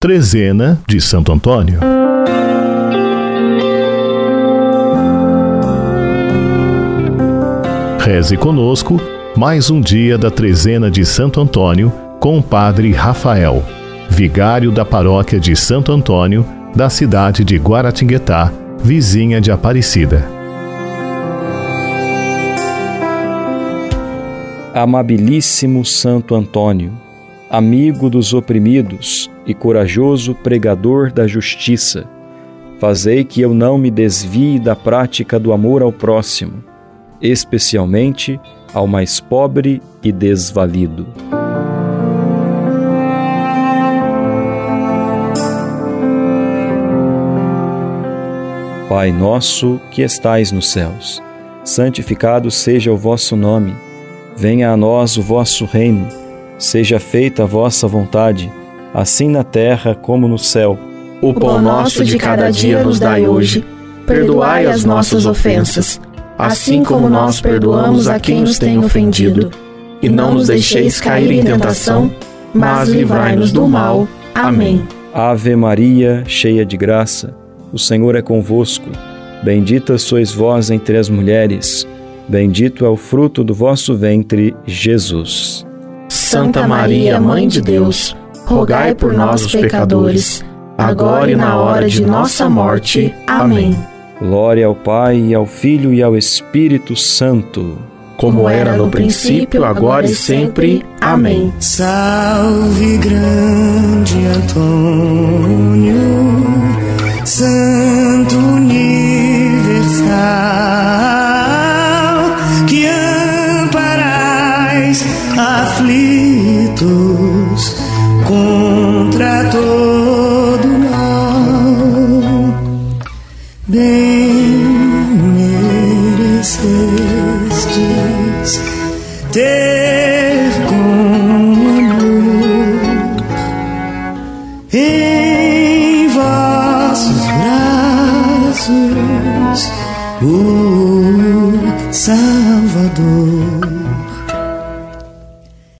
Trezena de Santo Antônio. Reze conosco mais um dia da Trezena de Santo Antônio com o Padre Rafael, vigário da paróquia de Santo Antônio, da cidade de Guaratinguetá, vizinha de Aparecida. Amabilíssimo Santo Antônio, amigo dos oprimidos e corajoso pregador da justiça, fazei que eu não me desvie da prática do amor ao próximo, especialmente ao mais pobre e desvalido. Pai nosso que estais nos céus, santificado seja o vosso nome. Venha a nós o vosso reino. Seja feita a vossa vontade, assim na terra como no céu. O pão nosso de cada dia nos dai hoje. Perdoai as nossas ofensas, assim como nós perdoamos a quem nos tem ofendido. E não nos deixeis cair em tentação, mas livrai-nos do mal. Amém. Ave Maria, cheia de graça, o Senhor é convosco. Bendita sois vós entre as mulheres. Bendito é o fruto do vosso ventre, Jesus. Santa Maria, Mãe de Deus, rogai por nós, os pecadores, agora e na hora de nossa morte. Amém. Glória ao Pai, e ao Filho e ao Espírito Santo, como era no princípio, agora e sempre. Amém. Salve, grande Antônio, Santo universal, que amparais aflitos contra todo mal. Bem merecestes ter com amor em vossos braços o Salvador.